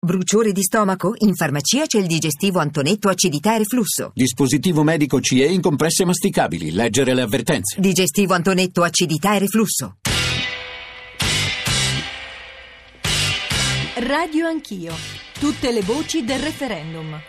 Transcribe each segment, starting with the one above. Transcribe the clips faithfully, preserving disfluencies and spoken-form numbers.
Bruciore di stomaco? In farmacia c'è il digestivo Antonetto acidità e reflusso. Dispositivo medico C E in compresse masticabili. Leggere le avvertenze. Digestivo Antonetto acidità e reflusso. Radio Anch'io. Tutte le voci del referendum.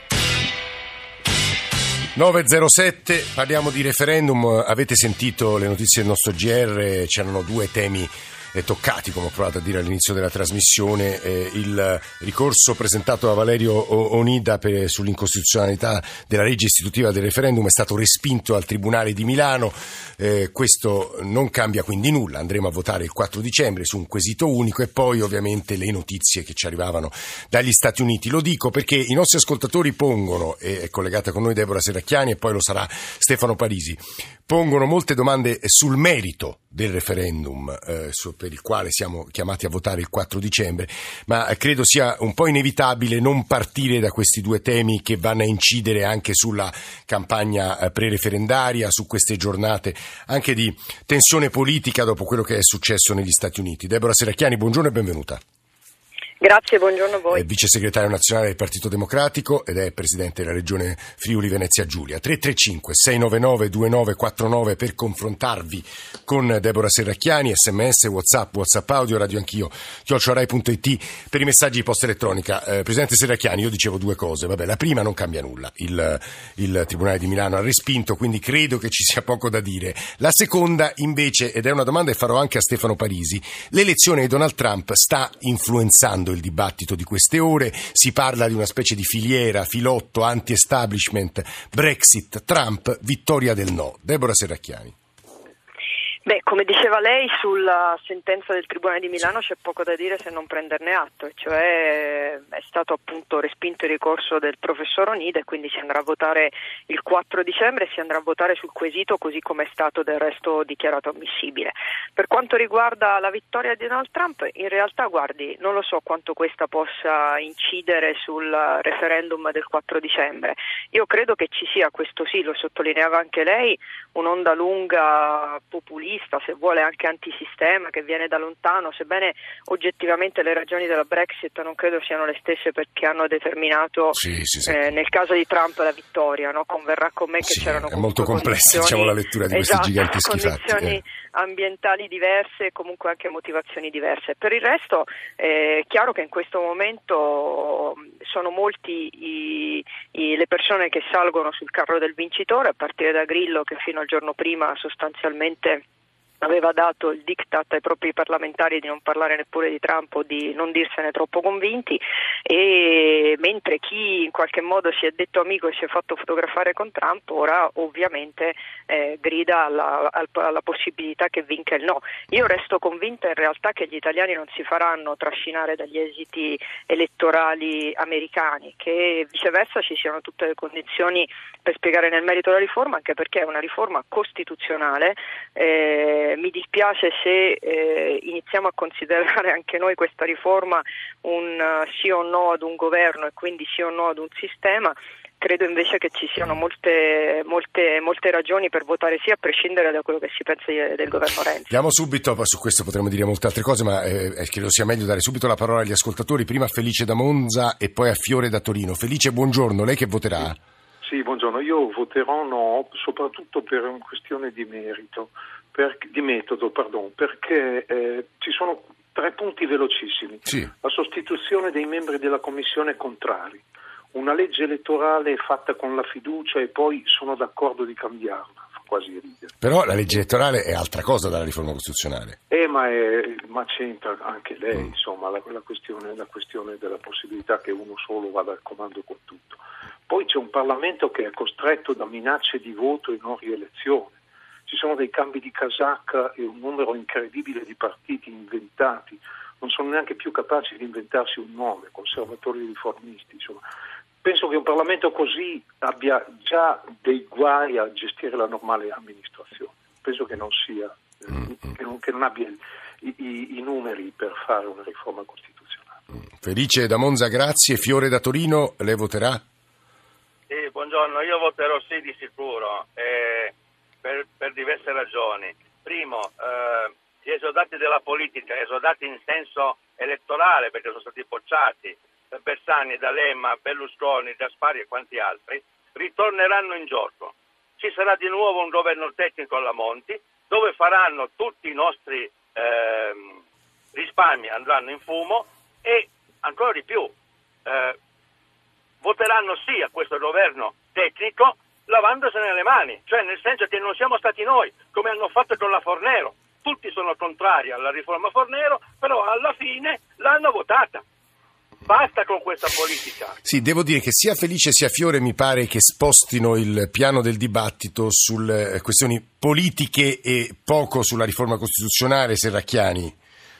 nove zero sette, parliamo di referendum. Avete sentito le notizie del nostro G R, c'erano due temi eh, toccati, come ho provato a dire all'inizio della trasmissione. Eh, il ricorso presentato da Valerio Onida per, sull'incostituzionalità della legge istitutiva del referendum è stato respinto al Tribunale di Milano. Eh, questo non cambia quindi nulla, andremo a votare il quattro dicembre su un quesito unico, e poi ovviamente le notizie che ci arrivavano dagli Stati Uniti. Lo dico perché i nostri ascoltatori pongono, e è collegata con noi Deborah Serracchiani e poi lo sarà Stefano Parisi, pongono molte domande sul merito del referendum eh, su, per il quale siamo chiamati a votare il quattro dicembre, ma credo sia un po' inevitabile non partire da questi due temi che vanno a incidere anche sulla campagna eh, pre-referendaria, su queste giornate anche di tensione politica dopo quello che è successo negli Stati Uniti. Deborah Serracchiani, buongiorno e benvenuta. Grazie, buongiorno a voi. È vice segretario nazionale del Partito Democratico ed è presidente della regione Friuli Venezia Giulia. tre tre cinque sei nove nove due nove quattro nove per confrontarvi con Deborah Serracchiani, sms, whatsapp, whatsapp audio, radio anch'io, chiocciorai punto it per i messaggi di posta elettronica. Eh, presidente Serracchiani, io dicevo due cose. Vabbè, la prima, non cambia nulla. Il, il Tribunale di Milano ha respinto, quindi credo che ci sia poco da dire. La seconda, invece, ed è una domanda che farò anche a Stefano Parisi, l'elezione di Donald Trump sta influenzando il dibattito di queste ore. Si parla di una specie di filiera, filotto, anti-establishment, Brexit, Trump, vittoria del no. Deborah Serracchiani. Beh, come diceva lei, sulla sentenza del Tribunale di Milano c'è poco da dire se non prenderne atto, e cioè è stato appunto respinto il ricorso del professor Onida e quindi si andrà a votare il quattro dicembre e si andrà a votare sul quesito così come è stato del resto dichiarato ammissibile. Per quanto riguarda la vittoria di Donald Trump, in realtà guardi, non lo so quanto questa possa incidere sul referendum del quattro dicembre. Io credo che ci sia, questo sì, lo sottolineava anche lei, un'onda lunga populista, se vuole anche antisistema, che viene da lontano, sebbene oggettivamente le ragioni della Brexit non credo siano le stesse perché hanno determinato sì, sì, sì. Eh, nel caso di Trump la vittoria, no? Converrà con me che sì, c'erano è molto complessa, diciamo, la lettura di esatto, questi giganteschi condizioni fatti, eh. ambientali diverse e comunque anche motivazioni diverse. Per il resto è chiaro che in questo momento sono molti i, i, le persone che salgono sul carro del vincitore, a partire da Grillo, che fino al giorno prima sostanzialmente aveva dato il diktat ai propri parlamentari di non parlare neppure di Trump o di non dirsene troppo convinti, e mentre chi in qualche modo si è detto amico e si è fatto fotografare con Trump ora ovviamente eh, grida alla, alla possibilità che vinca il no. Io resto convinta in realtà che gli italiani non si faranno trascinare dagli esiti elettorali americani, che viceversa ci siano tutte le condizioni per spiegare nel merito la riforma, anche perché è una riforma costituzionale. eh, Mi dispiace se eh, iniziamo a considerare anche noi questa riforma un uh, sì o no ad un governo e quindi sì o no ad un sistema. Credo invece che ci siano molte, molte, molte ragioni per votare sì, a prescindere da quello che si pensa del governo Renzi. Andiamo subito, poi su questo potremmo dire molte altre cose, ma eh, credo sia meglio dare subito la parola agli ascoltatori. Prima a Felice da Monza e poi a Fiore da Torino. Felice, buongiorno, lei che voterà? Sì, buongiorno, io voterò no, soprattutto per una questione di merito, per, di metodo, pardon, perché eh, ci sono tre punti velocissimi. Sì. La sostituzione dei membri della commissione contrari, una legge elettorale fatta con la fiducia e poi sono d'accordo di cambiarla, fa quasi ridere. Però la legge elettorale è altra cosa dalla riforma costituzionale. Eh, ma, è, ma c'entra anche lei, mm. insomma, la, la, questione, la questione della possibilità che uno solo vada al comando con tutto. Poi c'è un Parlamento che è costretto da minacce di voto e non rielezione. Ci sono dei cambi di casacca e un numero incredibile di partiti inventati. Non sono neanche più capaci di inventarsi un nome, conservatori riformisti. Insomma. Penso che un Parlamento così abbia già dei guai a gestire la normale amministrazione. Penso che non sia, eh, che, non, che non abbia i, i, i numeri per fare una riforma costituzionale. Felice da Monza, grazie. Fiore da Torino, lei voterà? Sì, buongiorno, io voterò sì di sicuro, eh, per, per diverse ragioni. Primo, eh, gli esodati della politica, esodati in senso elettorale perché sono stati bocciati, Bersani, D'Alema, Berlusconi, Gasparri e quanti altri, ritorneranno in gioco. Ci sarà di nuovo un governo tecnico alla Monti, dove faranno tutti i nostri ehm, risparmi, andranno in fumo e ancora di più eh, voteranno sì a questo governo tecnico lavandosene le mani, cioè nel senso che non siamo stati noi, come hanno fatto con la Fornero. Tutti sono contrari alla riforma Fornero, però alla fine l'hanno votata. Basta con questa politica. Sì, devo dire che sia Felice sia Fiore mi pare che spostino il piano del dibattito sulle questioni politiche e poco sulla riforma costituzionale. Serracchiani.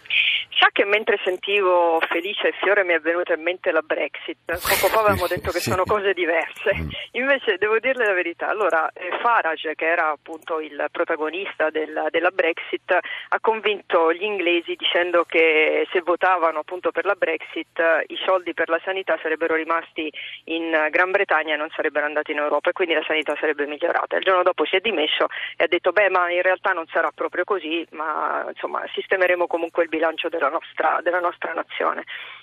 Sa che mentre sentivo Felice e Fiore mi è venuta in mente la Brexit. Poco fa avevamo detto che sì. sono cose diverse. Invece devo dirle la verità. Allora, Farage, che era appunto il protagonista della, della Brexit, ha convinto gli inglesi dicendo che se votavano appunto per la Brexit i soldi per la sanità sarebbero rimasti in Gran Bretagna e non sarebbero andati in Europa e quindi la sanità sarebbe migliorata. Il giorno dopo si è dimesso e ha detto beh ma in realtà non sarà proprio così, ma insomma sistemeremo comunque il bilancio della nostra, della nostra nazione.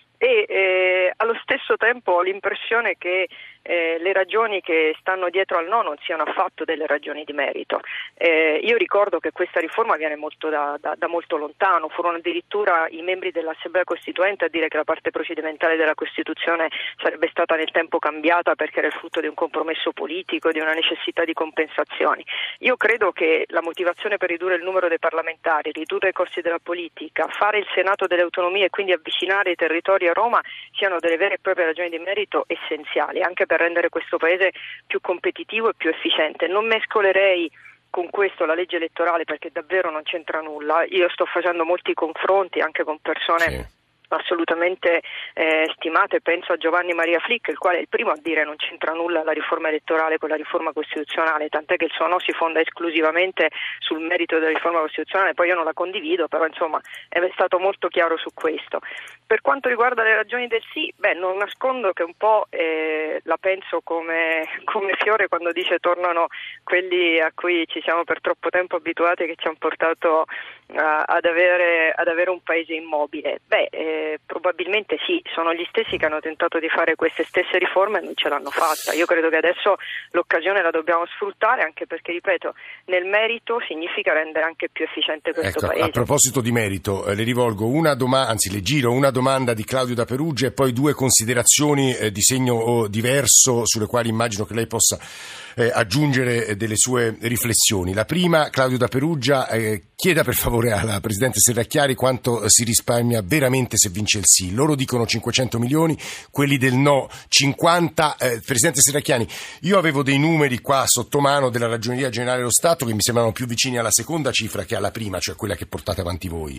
E eh, allo stesso tempo ho l'impressione che eh, le ragioni che stanno dietro al no non siano affatto delle ragioni di merito. Eh, io ricordo che questa riforma viene molto da, da, da molto lontano, furono addirittura i membri dell'Assemblea Costituente a dire che la parte procedimentale della Costituzione sarebbe stata nel tempo cambiata perché era il frutto di un compromesso politico, di una necessità di compensazioni. Io credo che la motivazione per ridurre il numero dei parlamentari, ridurre i costi della politica, fare il Senato delle autonomie e quindi avvicinare i territori a Roma siano delle vere e proprie ragioni di merito essenziali, anche per rendere questo paese più competitivo e più efficiente. Non mescolerei con questo la legge elettorale perché davvero non c'entra nulla. Io sto facendo molti confronti anche con persone sì. assolutamente eh, stimate, penso a Giovanni Maria Flick, il quale è il primo a dire non c'entra nulla la riforma elettorale con la riforma costituzionale, tant'è che il suo no si fonda esclusivamente sul merito della riforma costituzionale. Poi io non la condivido, però insomma è stato molto chiaro su questo. Per quanto riguarda le ragioni del sì, beh, non nascondo che un po' eh, la penso come, come Fiore quando dice tornano quelli a cui ci siamo per troppo tempo abituati, che ci hanno portato uh, ad, avere, ad avere un paese immobile. Beh, eh, probabilmente sì, sono gli stessi che hanno tentato di fare queste stesse riforme e non ce l'hanno fatta. Io credo che adesso l'occasione la dobbiamo sfruttare, anche perché, ripeto, nel merito significa rendere anche più efficiente questo ecco, paese. A proposito di merito, eh, le rivolgo una domanda, anzi le giro una domanda di Claudio da Perugia e poi due considerazioni eh, di segno diverso sulle quali immagino che lei possa eh, aggiungere eh, delle sue riflessioni. La prima, Claudio da Perugia, eh, chieda per favore alla Presidente Serracchiani quanto eh, si risparmia veramente se vince il sì. Loro dicono cinquecento milioni, quelli del no cinquanta. Eh, Presidente Serracchiani, io avevo dei numeri qua sotto mano della Ragioneria Generale dello Stato che mi sembrano più vicini alla seconda cifra che alla prima, cioè quella che portate avanti voi.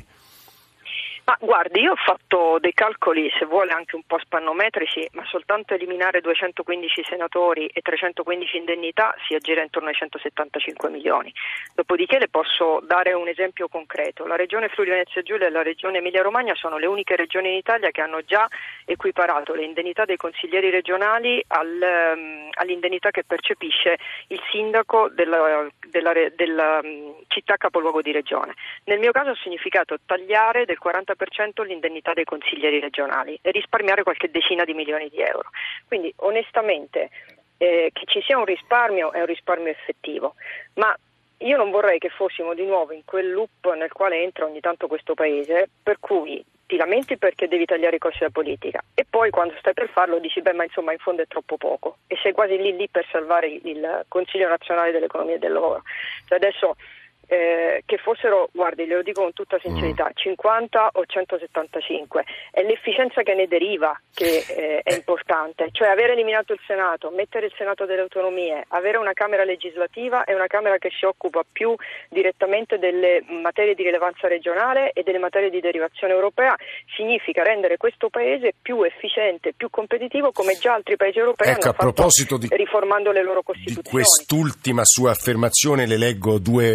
Ma guardi, io ho fatto dei calcoli, se vuole anche un po' spannometrici, ma soltanto eliminare duecentoquindici senatori e trecentoquindici indennità si aggira intorno ai centosettantacinque milioni. Dopodiché le posso dare un esempio concreto. La regione Friuli Venezia Giulia e la regione Emilia Romagna sono le uniche regioni in Italia che hanno già equiparato le indennità dei consiglieri regionali al, um, all'indennità che percepisce il sindaco della, della, della um, città capoluogo di regione. Nel mio caso ha significato tagliare del quaranta per cento l'indennità dei consiglieri regionali e risparmiare qualche decina di milioni di euro. Quindi onestamente eh, che ci sia un risparmio è un risparmio effettivo, ma io non vorrei che fossimo di nuovo in quel loop nel quale entra ogni tanto questo paese, per cui ti lamenti perché devi tagliare i costi della politica e poi quando stai per farlo dici beh ma insomma in fondo è troppo poco e sei quasi lì lì per salvare il Consiglio Nazionale dell'Economia e del Lavoro. Cioè adesso Eh, che fossero, guardi, le lo dico con tutta sincerità, cinquanta o centosettantacinque, è l'efficienza che ne deriva che eh, è importante, cioè aver eliminato il Senato, mettere il Senato delle autonomie, avere una Camera legislativa e una Camera che si occupa più direttamente delle materie di rilevanza regionale e delle materie di derivazione europea, significa rendere questo paese più efficiente, più competitivo, come già altri paesi europei ecco, hanno a proposito fatto di, riformando le loro costituzioni. Di quest'ultima sua affermazione le leggo due passaggi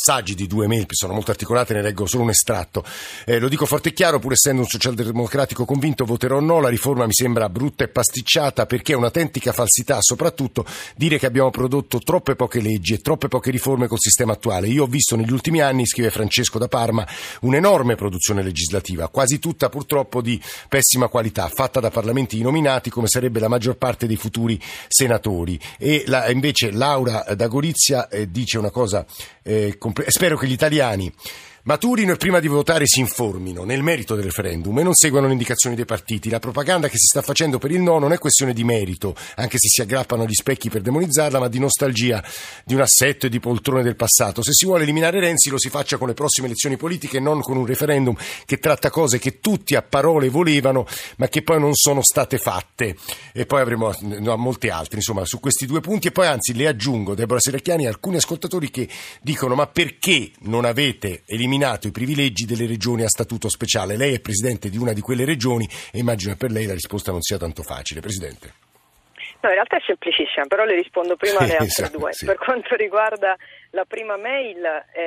passaggi di due mail, sono molto articolate, ne leggo solo un estratto. Eh, lo dico forte e chiaro, pur essendo un socialdemocratico convinto, voterò no, la riforma mi sembra brutta e pasticciata perché è un'autentica falsità, soprattutto dire che abbiamo prodotto troppe poche leggi e troppe poche riforme col sistema attuale. Io ho visto negli ultimi anni, scrive Francesco da Parma, un'enorme produzione legislativa, quasi tutta purtroppo di pessima qualità, fatta da parlamenti nominati come sarebbe la maggior parte dei futuri senatori. E la, invece Laura da Gorizia eh, dice una cosa, eh, compl- spero che gli italiani maturino e prima di votare si informino nel merito del referendum e non seguano le indicazioni dei partiti. La propaganda che si sta facendo per il no non è questione di merito, anche se si aggrappano agli specchi per demonizzarla, ma di nostalgia di un assetto e di poltrone del passato. Se si vuole eliminare Renzi lo si faccia con le prossime elezioni politiche e non con un referendum che tratta cose che tutti a parole volevano ma che poi non sono state fatte. E poi avremo no, molte altre, insomma, su questi due punti. E poi anzi le aggiungo, Deborah Serracchiani, alcuni ascoltatori che dicono ma perché non avete eliminato i privilegi delle regioni a statuto speciale? Lei è presidente di una di quelle regioni e immagino che per lei la risposta non sia tanto facile. Presidente. No, in realtà è semplicissima, però le rispondo prima alle altre esatto, due. Sì. Per quanto riguarda la prima mail,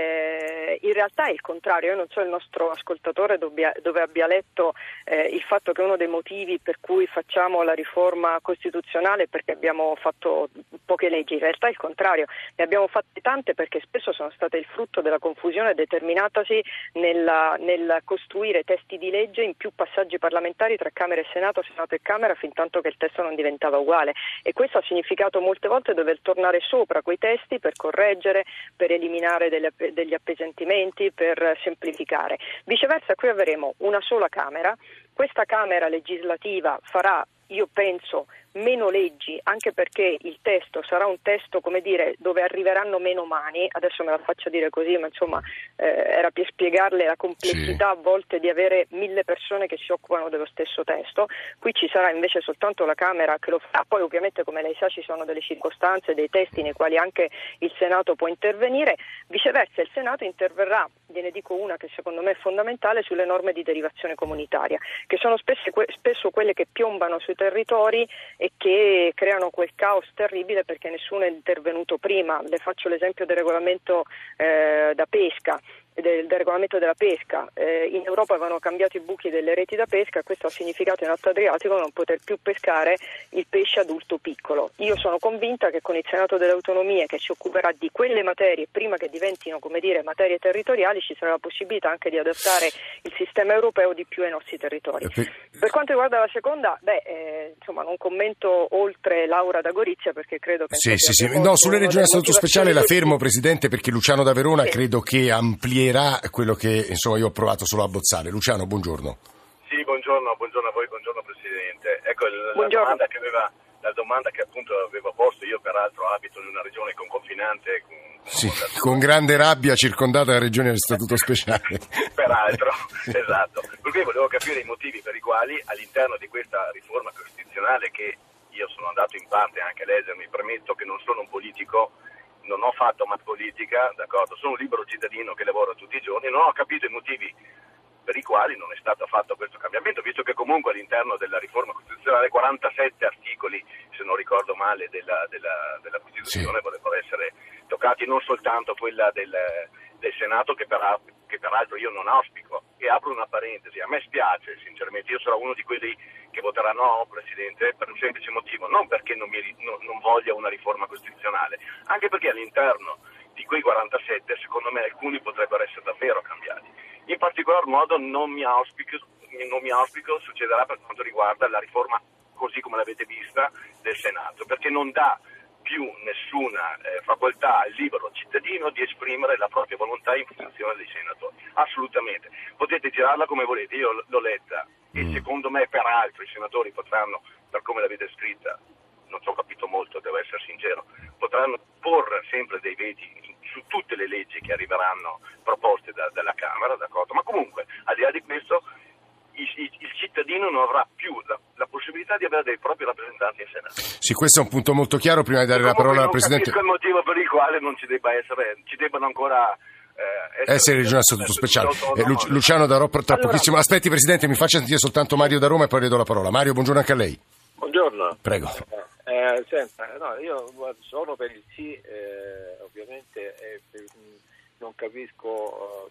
eh, in realtà è il contrario. Io non so il nostro ascoltatore dove, dove abbia letto eh, il fatto che uno dei motivi per cui facciamo la riforma costituzionale è perché abbiamo fatto poche leggi. In realtà è il contrario, ne abbiamo fatte tante perché spesso sono state il frutto della confusione determinatasi nella, nel costruire testi di legge in più passaggi parlamentari tra Camera e Senato, Senato e Camera, fin tanto che il testo non diventava uguale. E questo ha significato molte volte dover tornare sopra quei testi per correggere, per eliminare delle, degli appesantimenti, per semplificare. Viceversa, qui avremo una sola Camera. Questa Camera legislativa farà, io penso, meno leggi, anche perché il testo sarà un testo, come dire, dove arriveranno meno mani. Adesso me la faccio dire così, ma insomma eh, era per spiegarle la complessità sì. a volte di avere mille persone che si occupano dello stesso testo. Qui ci sarà invece soltanto la Camera che lo fa. Poi ovviamente, come lei sa, ci sono delle circostanze, dei testi nei quali anche il Senato può intervenire. Viceversa, il Senato interverrà, gliene dico una che secondo me è fondamentale, sulle norme di derivazione comunitaria, che sono spesso, spesso quelle che piombano sui territori e che creano quel caos terribile perché nessuno è intervenuto prima. Le faccio l'esempio del regolamento eh, da pesca. Del, del regolamento della pesca. Eh, in Europa avevano cambiato i buchi delle reti da pesca, questo ha significato in Alto Adriatico non poter più pescare il pesce adulto piccolo. Io sono convinta che con il Senato delle Autonomie, che si occuperà di quelle materie prima che diventino, come dire, materie territoriali, ci sarà la possibilità anche di adattare il sistema europeo di più ai nostri territori. Per quanto riguarda la seconda, beh, eh, insomma, non commento oltre Laura da Gorizia perché credo che sì, sì, sì. No, sulle regioni a statuto speciale la fermo, Presidente, perché Luciano da Verona sì. credo che ampli quello che insomma io ho provato solo a abbozzare. Luciano, buongiorno. Sì, buongiorno, buongiorno a voi, buongiorno Presidente. Ecco il, la domanda che aveva la domanda che appunto avevo posto, io peraltro abito in una regione confinante con, sì, con grande rabbia circondata la regione del statuto speciale. Peraltro, esatto. Perché volevo capire i motivi per i quali all'interno di questa riforma costituzionale, che io sono andato in parte anche a leggermi, premetto che non sono un politico, non ho fatto ma politica, d'accordo, sono un libero cittadino che lavora tutti i giorni, non ho capito i motivi per i quali non è stato fatto questo cambiamento, visto che comunque all'interno della riforma costituzionale quarantasette articoli, se non ricordo male, della, della, della Costituzione sì. vorrebbero essere toccati, non soltanto quella del, del Senato, che, per, che peraltro io non auspico. E apro una parentesi, a me spiace sinceramente, io sarò uno di quelli che voterà no, Presidente, per un semplice motivo, non perché non, mi, no, non voglia una riforma costituzionale, anche perché all'interno di quei quarantasette secondo me alcuni potrebbero essere davvero cambiati. In particolar modo non mi auspico, non mi auspico succederà per quanto riguarda la riforma così come l'avete vista del Senato, perché non dà più nessuna eh, facoltà al libero cittadino di esprimere la propria volontà in funzione dei senatori. Assolutamente. Potete girarla come volete, io l- l'ho letta e secondo me peraltro i senatori potranno, per come l'avete scritta, non ci ho capito molto, devo essere sincero, potranno porre sempre dei veti su tutte le leggi che arriveranno proposte da, dalla Camera, d'accordo? Ma comunque, al di là di questo, il, il, il cittadino non avrà più la, la possibilità di avere dei propri rappresentanti in Senato. Sì, questo è un punto molto chiaro. Prima di dare la parola al Presidente, non capisco il motivo per il quale non ci debba essere, ci debbano ancora eh, essere, essere regione a statuto speciale. Eh, Lu- Luciano darò tra allora, pochissimo. Aspetti, Presidente, mi faccia sentire soltanto Mario da Roma e poi le do la parola. Mario, buongiorno anche a lei. Buongiorno. Prego. Eh, senta, no, io sono per il sì, eh, ovviamente, eh, per, non capisco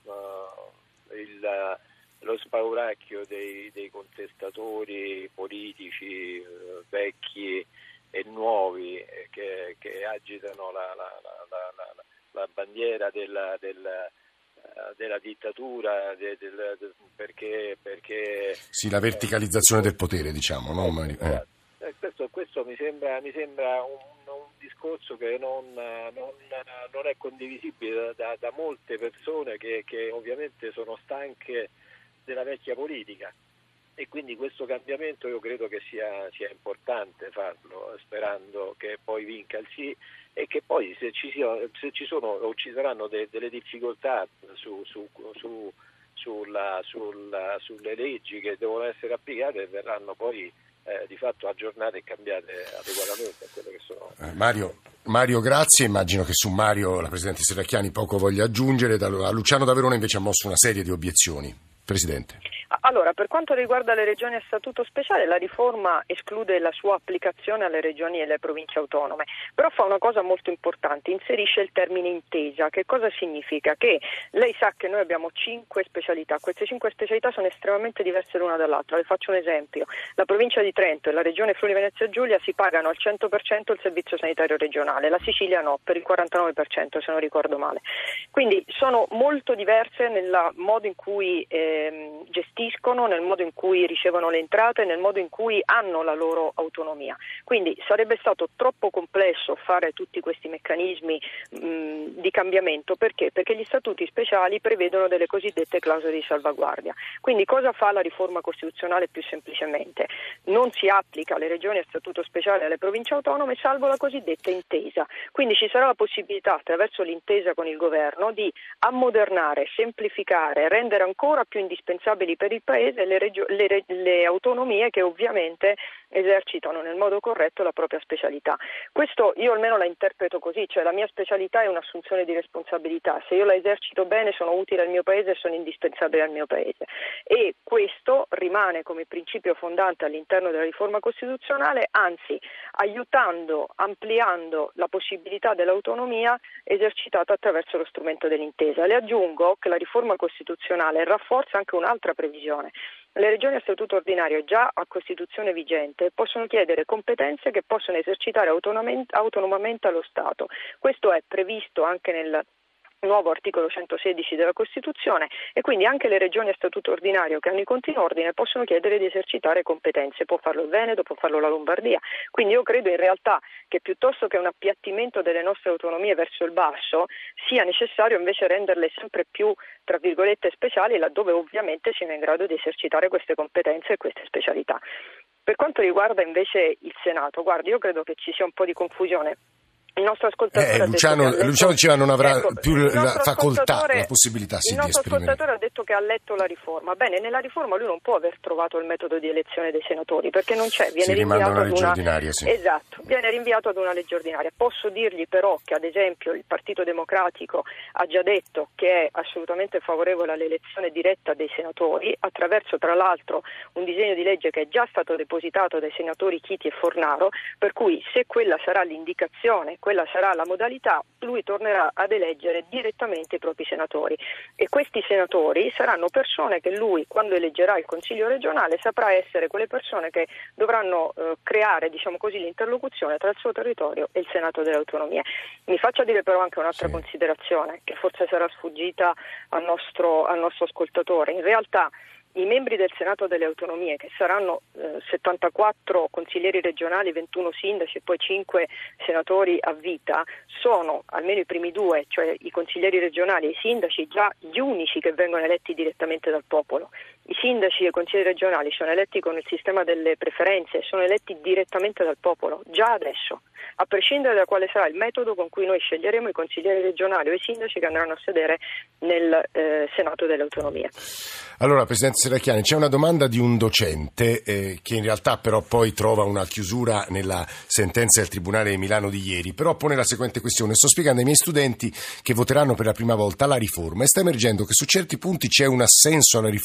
uh, il, lo spauracchio dei, dei contestatori politici uh, vecchi e nuovi eh, che, che agitano la, la, la, la, la, la bandiera della, della, uh, della dittatura del, del, del, perché, perché sì, la verticalizzazione eh, del potere, diciamo, no? Eh. Eh, questo, questo mi sembra, mi sembra un, un discorso che non, non, non è condivisibile da, da molte persone che, che ovviamente sono stanche della vecchia politica, e quindi questo cambiamento io credo che sia, sia importante farlo, sperando che poi vinca il sì, e che poi se ci, sia, se ci sono o ci saranno de, delle difficoltà su, su, su, sulla, sulla, sulle leggi che devono essere applicate, verranno poi Eh, di fatto aggiornate e cambiate adeguatamente a quello che sono. Eh, Mario, Mario, grazie. Immagino che su Mario la Presidente Serracchiani poco voglia aggiungere. Da, a Luciano da Verona invece ha mosso una serie di obiezioni. Presidente. Allora, per quanto riguarda le regioni a statuto speciale, la riforma esclude la sua applicazione alle regioni e alle province autonome, però fa una cosa molto importante, inserisce il termine intesa. Che cosa significa? Che lei sa che noi abbiamo cinque specialità, queste cinque specialità sono estremamente diverse l'una dall'altra. Le faccio un esempio: la provincia di Trento e la regione Friuli Venezia Giulia si pagano al cento per cento il servizio sanitario regionale, la Sicilia no, per il quarantanove per cento se non ricordo male. Quindi sono molto diverse nel modo in cui ehm, gestiscono, nel modo in cui ricevono le entrate, nel modo in cui hanno la loro autonomia. Quindi sarebbe stato troppo complesso fare tutti questi meccanismi mh, di cambiamento. Perché? Perché gli statuti speciali prevedono delle cosiddette clausole di salvaguardia. Quindi cosa fa la riforma costituzionale più semplicemente? Non si applica alle regioni a statuto speciale e alle province autonome salvo la cosiddetta intesa. Quindi ci sarà la possibilità, attraverso l'intesa con il governo, di ammodernare, semplificare, rendere ancora più indispensabili per il Paese le, regio- le, le autonomie che ovviamente esercitano nel modo corretto la propria specialità. Questo io almeno la interpreto così, cioè la mia specialità è un'assunzione di responsabilità. Se io la esercito bene sono utile al mio Paese e sono indispensabile al mio Paese. E questo rimane come principio fondante all'interno della riforma costituzionale, anzi aiutando, ampliando la possibilità dell'autonomia esercitata attraverso lo strumento dell'intesa. Le aggiungo che la riforma costituzionale rafforza anche un'altra previsione. Le regioni a statuto ordinario già a Costituzione vigente possono chiedere competenze che possono esercitare autonomamente allo Stato. Questo è previsto anche nel nuovo articolo centosedici della Costituzione, e quindi anche le regioni a statuto ordinario che hanno i conti in ordine possono chiedere di esercitare competenze. Può farlo il Veneto, può farlo la Lombardia. Quindi io credo in realtà che piuttosto che un appiattimento delle nostre autonomie verso il basso sia necessario invece renderle sempre più, tra virgolette, speciali, laddove ovviamente siano in grado di esercitare queste competenze e queste specialità. Per quanto riguarda invece il Senato, guardi, io credo che ci sia un po' di confusione. Il nostro ascoltatore eh, Luciano, letto, Luciano diceva non avrà ecco, più la facoltà, la possibilità sì, il di nostro esprimere. ascoltatore ha detto che ha letto la riforma. Bene, nella riforma lui non può aver trovato il metodo di elezione dei senatori, perché non c'è, viene si rimanda rinviato a una legge ad una ordinaria, sì. Esatto, viene rinviato ad una legge ordinaria. Posso dirgli però che ad esempio il Partito Democratico ha già detto che è assolutamente favorevole all'elezione diretta dei senatori, attraverso tra l'altro un disegno di legge che è già stato depositato dai senatori Chiti e Fornaro, per cui se quella sarà l'indicazione, quella sarà la modalità, lui tornerà ad eleggere direttamente i propri senatori, e questi senatori saranno persone che lui, quando eleggerà il Consiglio regionale, saprà essere quelle persone che dovranno eh, creare, diciamo così, l'interlocuzione tra il suo territorio e il Senato delle Autonomie. Mi faccia dire però anche un'altra sì. considerazione che forse sarà sfuggita al nostro, al nostro ascoltatore. In realtà i membri del Senato delle Autonomie, che saranno eh, settantaquattro consiglieri regionali, ventuno sindaci e poi cinque senatori a vita, sono almeno i primi due, cioè i consiglieri regionali e i sindaci, già gli unici che vengono eletti direttamente dal popolo. I sindaci e i consiglieri regionali sono eletti con il sistema delle preferenze, sono eletti direttamente dal popolo, già adesso, a prescindere da quale sarà il metodo con cui noi sceglieremo i consiglieri regionali o i sindaci che andranno a sedere nel eh, Senato delle Autonomie. Allora, Presidente Serracchiani, c'è una domanda di un docente eh, che in realtà però poi trova una chiusura nella sentenza del Tribunale di Milano di ieri, però pone la seguente questione: sto spiegando ai miei studenti che voteranno per la prima volta la riforma e sta emergendo che su certi punti c'è un assenso alla riforma, su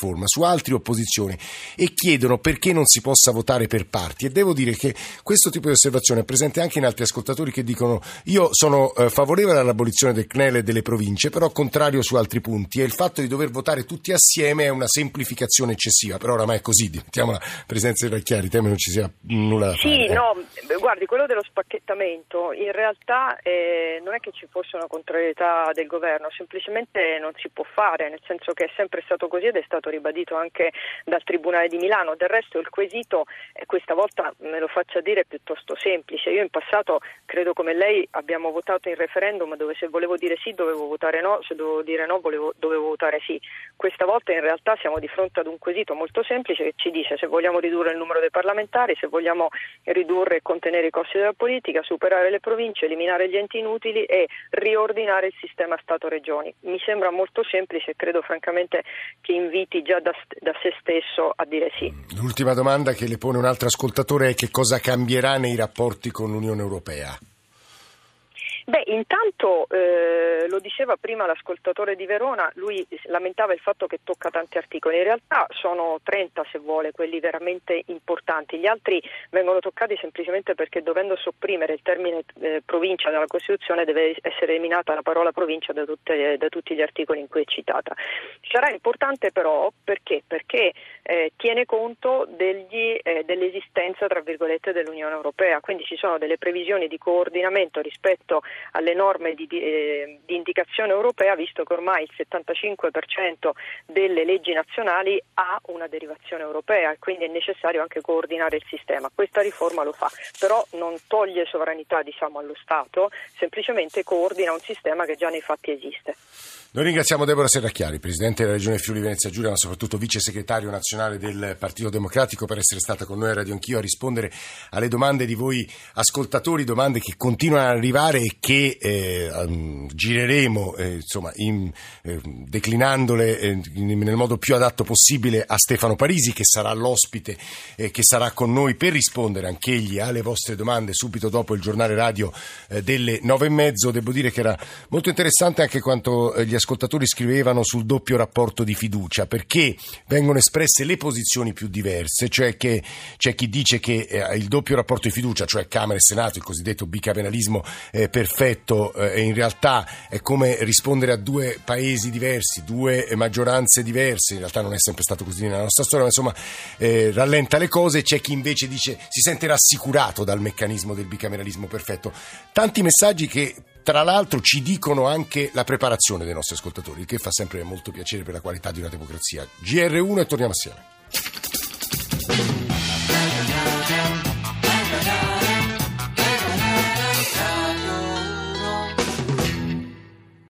altri opposizione, e chiedono perché non si possa votare per parti. E devo dire che questo tipo di osservazione è presente anche in altri ascoltatori che dicono: io sono eh, favorevole all'abolizione del C N E L e delle province, però contrario su altri punti, e il fatto di dover votare tutti assieme è una semplificazione eccessiva. Però oramai è così, mettiamola, Presidente Serracchiani, temo non ci sia nulla da fare. Sì, eh. no, guardi, quello dello spacchettamento in realtà eh, non è che ci fosse una contrarietà del governo, semplicemente non si può fare, nel senso che è sempre stato così ed è stato ribadito anche dal Tribunale di Milano. Del resto il quesito, eh, questa volta me lo faccia dire, è piuttosto semplice. Io in passato, credo come lei, abbiamo votato in referendum dove se volevo dire sì dovevo votare no, se dovevo dire no volevo, dovevo votare sì. Questa volta in realtà siamo di fronte ad un quesito molto semplice che ci dice se vogliamo ridurre il numero dei parlamentari, se vogliamo ridurre e contenere i costi della politica, superare le province, eliminare gli enti inutili e riordinare il sistema Stato-Regioni. Mi sembra molto semplice e credo francamente che inviti già da, da se stesso a dire sì. L'ultima domanda che le pone un altro ascoltatore è: che cosa cambierà nei rapporti con l'Unione Europea? Beh, intanto eh, lo diceva prima l'ascoltatore di Verona, lui lamentava il fatto che tocca tanti articoli, in realtà sono trenta se vuole quelli veramente importanti, gli altri vengono toccati semplicemente perché dovendo sopprimere il termine eh, provincia dalla Costituzione deve essere eliminata la parola provincia da, tutte, da tutti gli articoli in cui è citata. Sarà importante però perché? Perché eh, tiene conto degli, eh, dell'esistenza tra virgolette dell'Unione Europea, quindi ci sono delle previsioni di coordinamento rispetto alle norme di, di, eh, di indicazione europea, visto che ormai il settantacinque per cento delle leggi nazionali ha una derivazione europea e quindi è necessario anche coordinare il sistema. Questa riforma lo fa, però non toglie sovranità, diciamo, allo Stato, semplicemente coordina un sistema che già nei fatti esiste. Noi ringraziamo Deborah Serracchiani, Presidente della Regione Friuli Venezia Giulia, ma soprattutto Vice Segretario Nazionale del Partito Democratico, per essere stata con noi a Radio Anch'io a rispondere alle domande di voi ascoltatori, domande che continuano ad arrivare e che eh, um, gireremo eh, insomma in, eh, declinandole eh, in, nel modo più adatto possibile a Stefano Parisi, che sarà l'ospite eh, che sarà con noi per rispondere anch'egli alle vostre domande subito dopo il giornale radio eh, delle nove e mezzo. Devo dire che era molto interessante anche quanto eh, gli ascoltatori scrivevano sul doppio rapporto di fiducia, perché vengono espresse le posizioni più diverse, cioè che c'è chi dice che eh, il doppio rapporto di fiducia, cioè Camera e Senato, il cosiddetto bicameralismo eh, perfetto, eh, in realtà è come rispondere a due paesi diversi, due maggioranze diverse. In realtà non è sempre stato così nella nostra storia, ma insomma eh, rallenta le cose. C'è chi invece dice si sente rassicurato dal meccanismo del bicameralismo perfetto. Tanti messaggi che tra l'altro ci dicono anche la preparazione dei nostri ascoltatori, il che fa sempre molto piacere per la qualità di una democrazia. G R uno e torniamo assieme.